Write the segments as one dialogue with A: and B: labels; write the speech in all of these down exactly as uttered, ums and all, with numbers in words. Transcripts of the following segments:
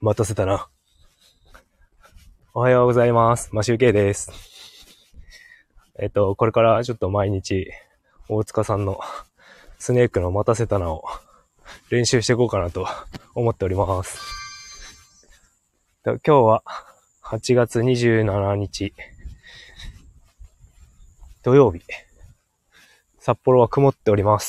A: 待たせたな。おはようございます。マシュウケイです。えっと、これからちょっと毎日、大塚さんのスネークの待たせたなを練習していこうかなと思っております。今日ははちがつにじゅうしちにち、土曜日。札幌は曇っております。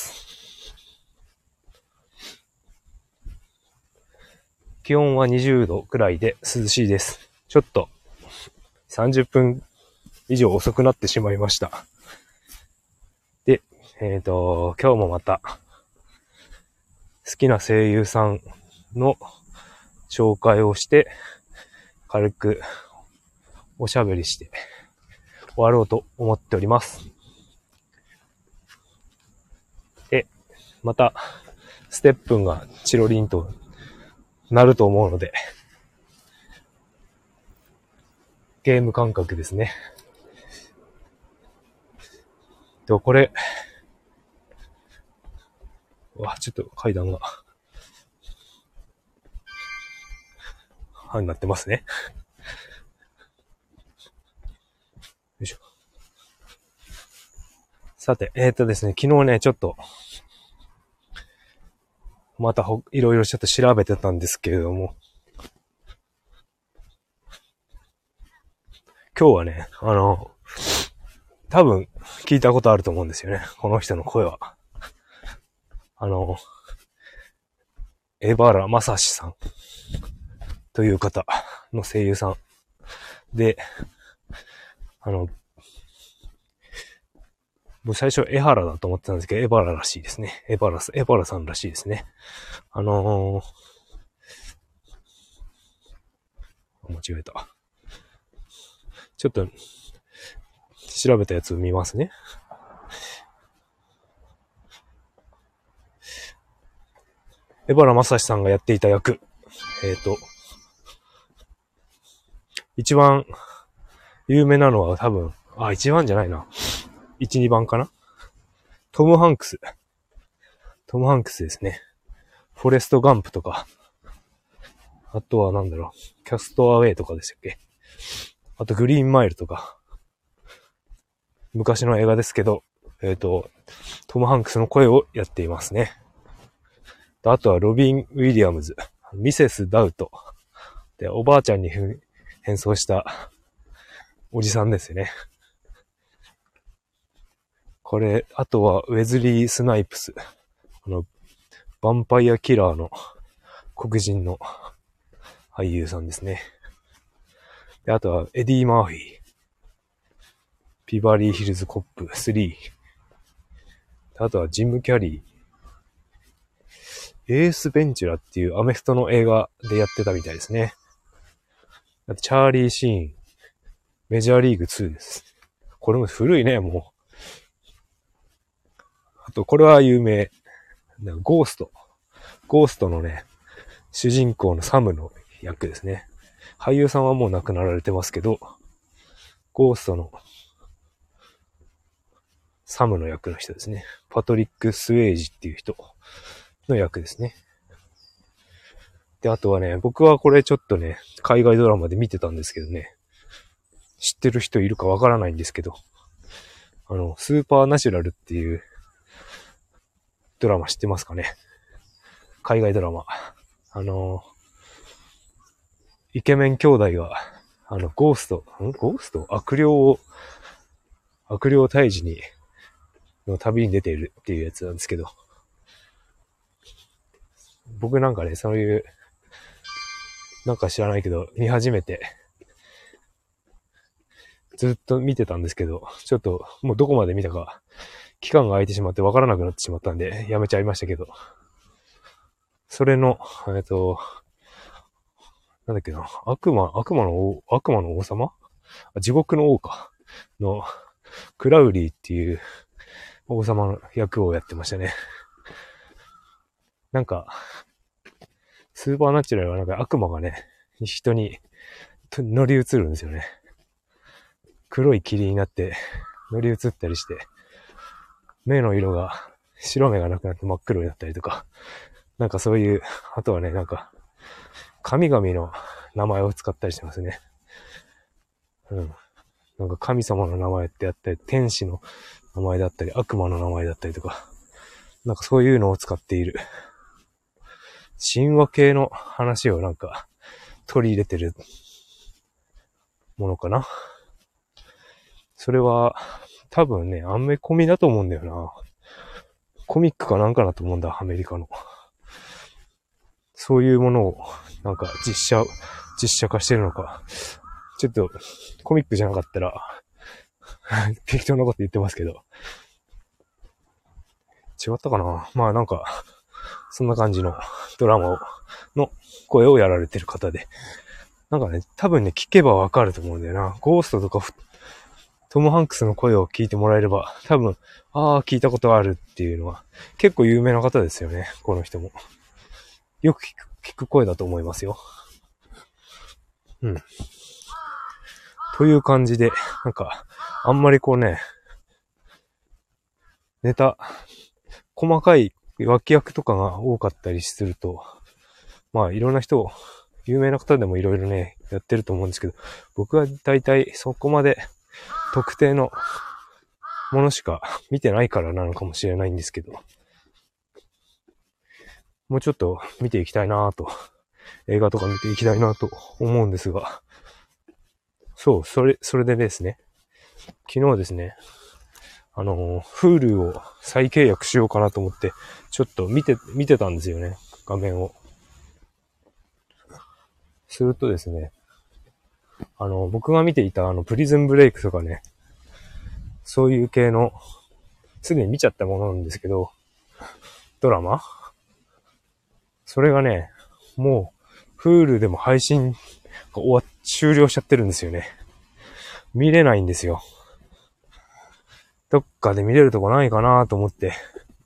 A: 気温はにじゅうどくらいで涼しいです。ちょっとさんじゅっぷん以上遅くなってしまいました。で、えっと、今日もまた好きな声優さんの紹介をして軽くおしゃべりして終わろうと思っております。で、またステップンがチロリンとなると思うので、ゲーム感覚ですね。で、これ、うわ、ちょっと階段が、はになってますね。よいしょ。さて、えーとですね、昨日ね、ちょっと、またほいろいろちょっと調べてたんですけれども、今日はね、あの、多分聞いたことあると思うんですよね。この人の声は。あの、江原正史さんという方の声優さんで、あの、もう最初江原だと思ってたんですけど、江原らしいですね。江原、江原さんらしいですね。あのー、間違えた。ちょっと、調べたやつを見ますね。江原正史さんがやっていた役。えっと、一番有名なのは多分、あ、一番じゃないな。一、二番かな。トム・ハンクス。トム・ハンクスですね。フォレスト・ガンプとか。あとはなんだろう。キャストアウェイとかでしたっけ。あとグリーンマイルとか。昔の映画ですけど、えっと、トム・ハンクスの声をやっていますね。あとはロビン・ウィリアムズ。ミセス・ダウト。で、おばあちゃんに変装したおじさんですよね。これ、あとはウェズリー・スナイプス。あの、ヴァンパイアキラーの黒人の俳優さんですね。で、あとはエディ・マーフィー。ビバリーヒルズコップスリー。あとはジム・キャリー。エース・ベンチュラっていうアメフトの映画でやってたみたいですね。あとチャーリー・シーン。メジャーリーグツーです。これも古いね、もう。あと、これは有名。ゴースト。ゴーストのね、主人公のサムの役ですね。俳優さんはもう亡くなられてますけど、ゴーストのサムの役の人ですね。パトリック・スウェイジっていう人の役ですね。で、あとはね、僕はこれちょっとね、海外ドラマで見てたんですけどね、知ってる人いるかわからないんですけど、あの、スーパーナチュラルっていうドラマ知ってますかね。海外ドラマ。あの、イケメン兄弟が、あの、ゴースト、んゴースト悪霊を、悪霊退治に、の旅に出ているっていうやつなんですけど、僕なんかね、そういう、なんか知らないけど、見始めて、ずっと見てたんですけど、ちょっと、もうどこまで見たか、期間が空いてしまって分からなくなってしまったんで、やめちゃいましたけど、それの、えっと、なんだっけな、悪魔、悪魔の王、悪魔の王様地獄の王か。の、クラウリーっていう王様の役をやってましたね。なんか、スーパーナチュラルはなんか悪魔がね、人に乗り移るんですよね。黒い霧になって乗り移ったりして、目の色が、白目がなくなって真っ黒になったりとか、なんかそういう、あとはね、なんか、 神々の名前を使ったりしてますね。うん。なんか神様の名前ってあったり、天使の名前だったり、悪魔の名前だったりとか、なんかそういうのを使っている。神話系の話をなんか取り入れてるものかな。それは多分ね、アメコミだと思うんだよな。コミックかなんかだと思うんだ、アメリカの。そういうものをなんか実写、実写化してるのか。ちょっとコミックじゃなかったら適当なこと言ってますけど。違ったかな。まあなんか、そんな感じのドラマを、の声をやられてる方で。なんかね、多分ね、聞けばわかると思うんだよな。ゴーストとか、トム・ハンクスの声を聞いてもらえれば、多分、ああ、聞いたことあるっていうのは、結構有名な方ですよね。この人も。よく聞く、聞く声だと思いますよ。うん。という感じで、なんか、あんまりこうね、ネタ、細かい脇役とかが多かったりすると、まあいろんな人、有名な方でもいろいろね、やってると思うんですけど、僕は大体そこまで特定のものしか見てないからなのかもしれないんですけど、もうちょっと見ていきたいなぁと、映画とか見ていきたいなと思うんですが、そう、それ、それでですね、昨日ですね、あの、Hulu を再契約しようかなと思って、ちょっと見て、見てたんですよね、画面を。するとですね、あの、僕が見ていたあの、プリズンブレイクとかね、そういう系の、すでに見ちゃったものなんですけど、ドラマそれがね、もう、Hulu でも配信が終わっ、終了しちゃってるんですよね。見れないんですよ。どっかで見れるとこないかなと思って、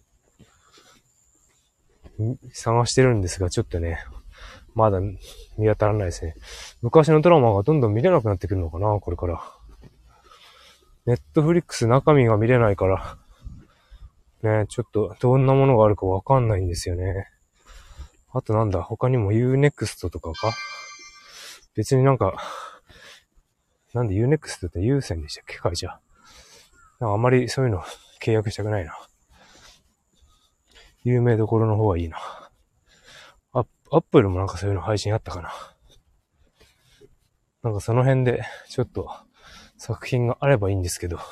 A: 探してるんですが、ちょっとね、まだ見当たらないですね。昔のドラマがどんどん見れなくなってくるのかな、これから。ネットフリックス中身が見れないから、ね、ちょっとどんなものがあるかわかんないんですよね。あとなんだ、他にも ユーネクスト とかか別になんか、なんで ユーネクスト って有線でしたっけ会社。なんかあんまりそういうの契約したくないな。有名どころの方がいいな。アップルもなんかそういうの配信あったかな。なんかその辺でちょっと作品があればいいんですけど。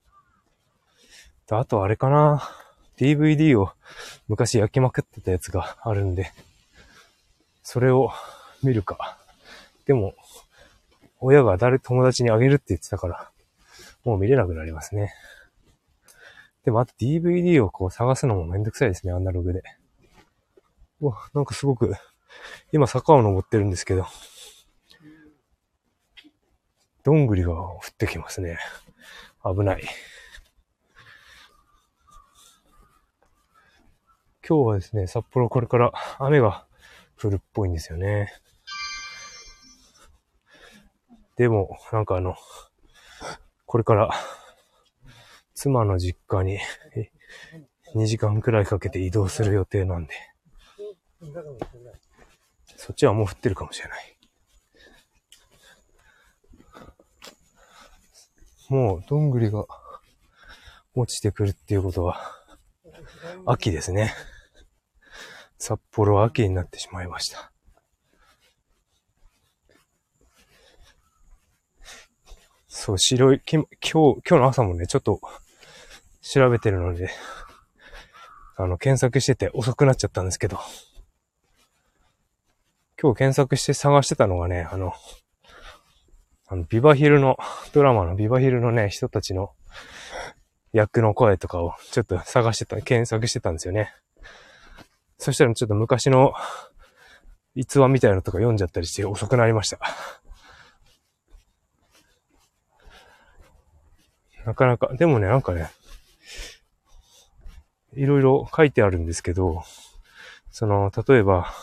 A: あとあれかな。ディーブイディー を昔焼きまくってたやつがあるんで、それを見るか。でも、親が誰、友達にあげるって言ってたから、もう見れなくなりますね。でもあと ディーブイディー をこう探すのもめんどくさいですね、アナログで。うわ、なんかすごく、今坂を登ってるんですけど、どんぐりが降ってきますね。危ない。今日はですね、札幌これから雨が降るっぽいんですよね。でも、なんかあの、これから妻の実家ににじかんくらいかけて移動する予定なんで、そっちはもう降ってるかもしれない。もうどんぐりが落ちてくるっていうことは秋ですね。札幌は秋になってしまいました。そう、白い、今日、今日の朝もね、ちょっと調べてるので、あの、検索してて遅くなっちゃったんですけど、今日検索して探してたのがね、あの、あの、ビバヒルの、ドラマのビバヒルのね、人たちの役の声とかをちょっと探してた、検索してたんですよね。そしたらちょっと昔の逸話みたいなのとか読んじゃったりして遅くなりました。なかなか、でもね、なんかね、いろいろ書いてあるんですけど、その、例えば、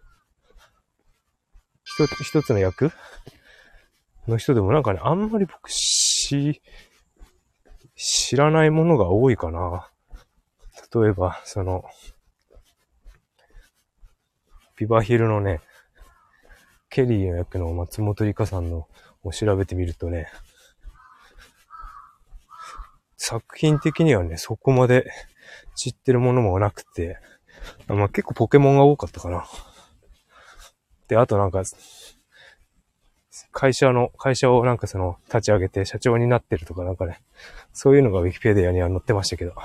A: 一つ、一つの役の人でもなんかね、あんまり僕し、知らないものが多いかな。例えば、その、ビバヒルのね、 ケリーの役の松本里香さんのを調べてみるとね、作品的にはね、そこまで知ってるものもなくて、まあ、結構ポケモンが多かったかな。で、あとなんか、会社の、会社をなんかその、立ち上げて社長になってるとかなんかね、そういうのがウィキペディアには載ってましたけど。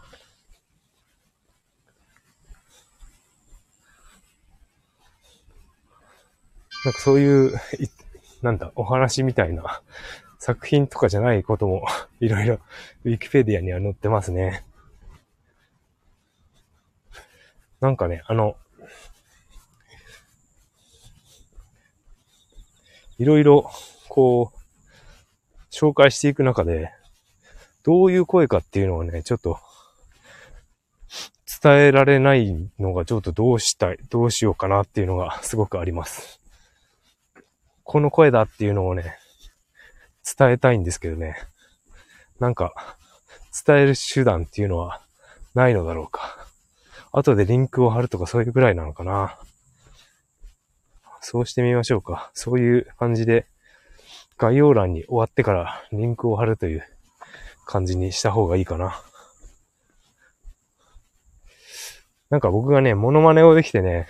A: なんかそういう、なんだ、お話みたいな作品とかじゃないこともいろいろウィキペディアには載ってますね。なんかね、あの、いろいろ、こう、紹介していく中で、どういう声かっていうのをね、ちょっと、伝えられないのがちょっとどうしたい、どうしようかなっていうのがすごくあります。この声だっていうのをね、伝えたいんですけどね。なんか、伝える手段っていうのはないのだろうか。後でリンクを貼るとかそういうぐらいなのかな。そうしてみましょうか。そういう感じで、概要欄に終わってからリンクを貼るという感じにした方がいいかな。なんか僕がね、モノマネをできてね、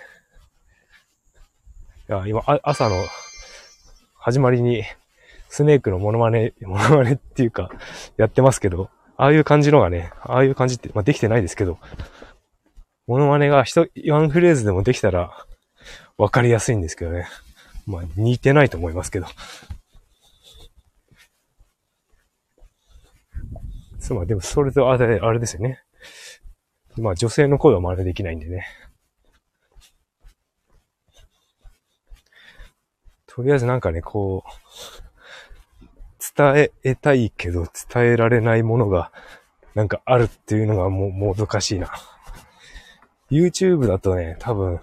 A: いや今あ朝の始まりにスネークのモノマネ、モノマネっていうかやってますけど、ああいう感じのがね、ああいう感じって、まあできてないですけど、モノマネが一、ワンフレーズでもできたらわかりやすいんですけどね。まあ似てないと思いますけど。そう、まあでもそれとあれ、あれですよね。まあ女性の声は真似できないんでね。とりあえずなんかね、こう、伝えたいけど伝えられないものがなんかあるっていうのがもうもどかしいな。YouTube だとね、多分、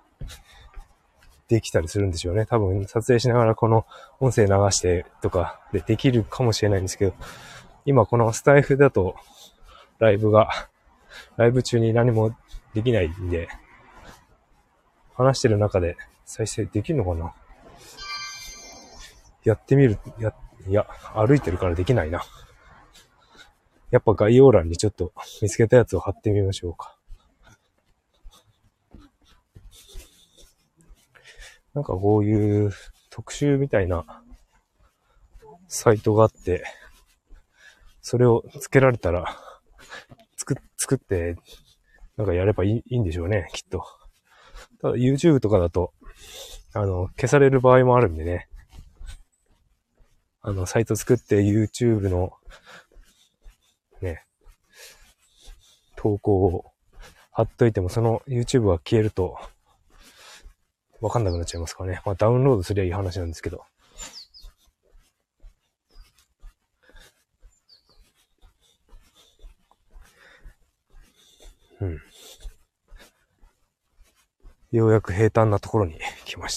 A: できたりするんでしょうね。多分、撮影しながらこの音声流してとかでできるかもしれないんですけど、今このスタイフだと、ライブが、ライブ中に何もできないんで、話してる中で再生できるのかな？やってみる、や、いや、歩いてるからできないな。やっぱ概要欄にちょっと見つけたやつを貼ってみましょうか。なんかこういう特集みたいなサイトがあって、それをつけられたら、作、作って、なんかやればいい、いいんでしょうね、きっと。ただ YouTube とかだと、あの、消される場合もあるんでね。あの、サイト作って YouTube の、ね、投稿を貼っといても、その YouTube が消えると、わかんなくなっちゃいますからね。まあダウンロードすりゃいい話なんですけど。うん。ようやく平坦なところに来ました。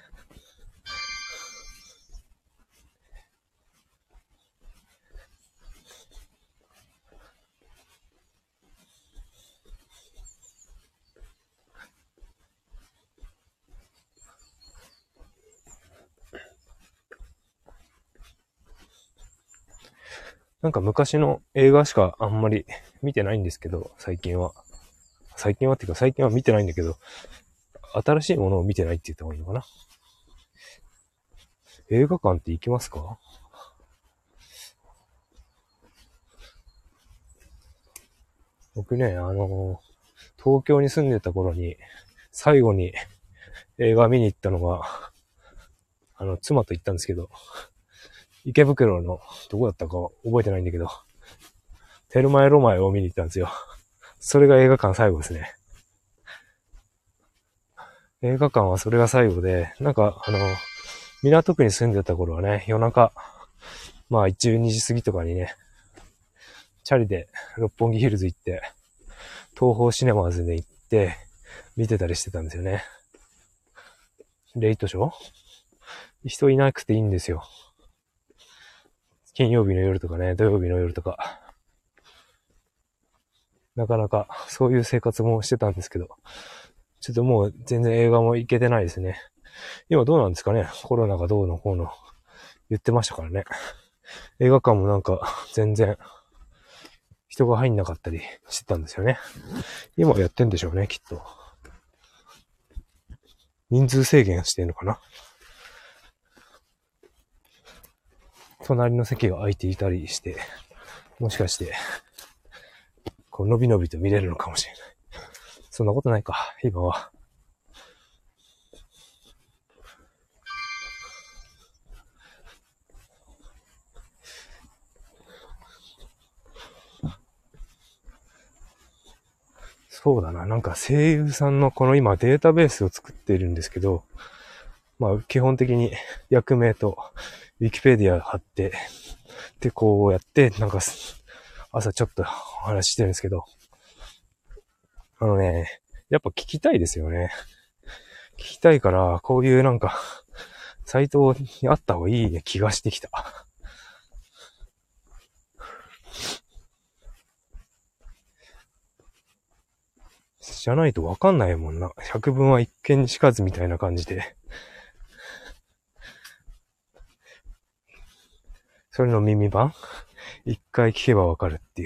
A: なんか昔の映画しかあんまり見てないんですけど、最近は。最近はっていうか最近は見てないんだけど、新しいものを見てないって言った方がいいのかな。映画館って行きますか？僕ね、あの、東京に住んでた頃に、最後に映画見に行ったのが、あの、妻と行ったんですけど、池袋の、どこだったか覚えてないんだけど、テルマエロマエを見に行ったんですよ。それが映画館最後ですね。映画館はそれが最後で、なんか、あの、港区に住んでた頃はね、夜中、まあ、じゅうにじ過ぎとかにね、チャリで六本木ヒルズ行って、東宝シネマーズで行って、見てたりしてたんですよね。レイトショー？人いなくていいんですよ。金曜日の夜とかね、土曜日の夜とか。なかなかそういう生活もしてたんですけど、ちょっともう全然映画も行けてないですね。 今どうなんですかね。コロナがどうのこうの言ってましたからね。映画館もなんか全然人が入んなかったりしてたんですよね。今やってんでしょうね、きっと。人数制限してんのかな。隣の席が空いていたりして、もしかして、こう、のびのびと見れるのかもしれない。そんなことないか、今は。そうだな、なんか声優さんのこの今データベースを作っているんですけど、まあ基本的に役名とウィキペディア貼って、でこうやって、なんか朝ちょっとお話ししてるんですけど、あのね、やっぱ聞きたいですよね。聞きたいから、こういうなんか、サイトにあった方がいい気がしてきた。じゃないとわかんないもんな。百聞は一見にしかずみたいな感じで。それの耳版一回聞けばわかるっていう。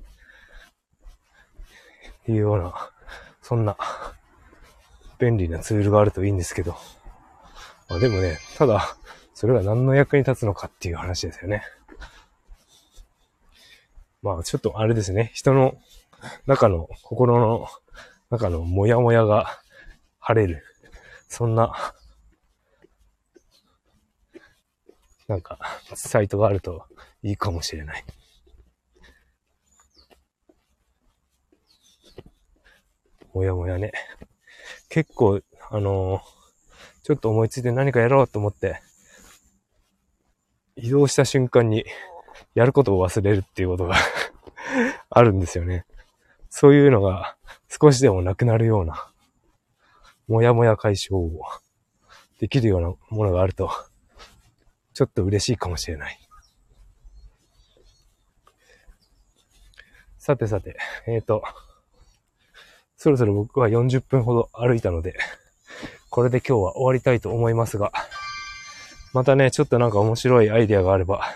A: っていうような、そんな、便利なツールがあるといいんですけど。まあ、でもね、ただ、それが何の役に立つのかっていう話ですよね。まあ、ちょっとあれですね。人の中の、心の中のモヤモヤが晴れる。そんな、なんか、サイトがあるといいかもしれない。もやもやね。結構、あのー、ちょっと思いついて何かやろうと思って、移動した瞬間にやることを忘れるっていうことがあるんですよね。そういうのが少しでもなくなるような、もやもや解消をできるようなものがあると、ちょっと嬉しいかもしれない。さてさて、えーと、そろそろ僕はよんじゅっぷんほど歩いたので、これで今日は終わりたいと思いますが、またね、ちょっとなんか面白いアイデアがあれば、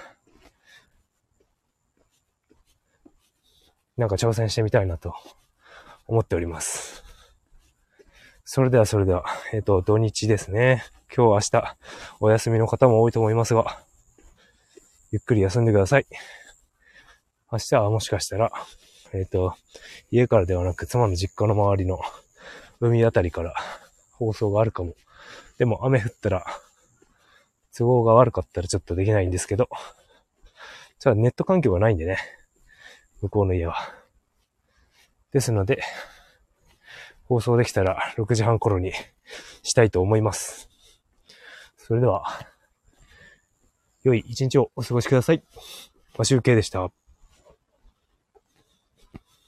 A: なんか挑戦してみたいなと思っております。それではそれでは、えっと、土日ですね。今日明日、お休みの方も多いと思いますが、ゆっくり休んでください。明日はもしかしたら、えっと、家からではなく妻の実家の周りの海あたりから放送があるかも。でも雨降ったら、都合が悪かったらちょっとできないんですけど、じゃあネット環境がないんでね、向こうの家は。ですので、放送できたらろくじはん頃にしたいと思います。それでは、良い一日をお過ごしください。和集計でした。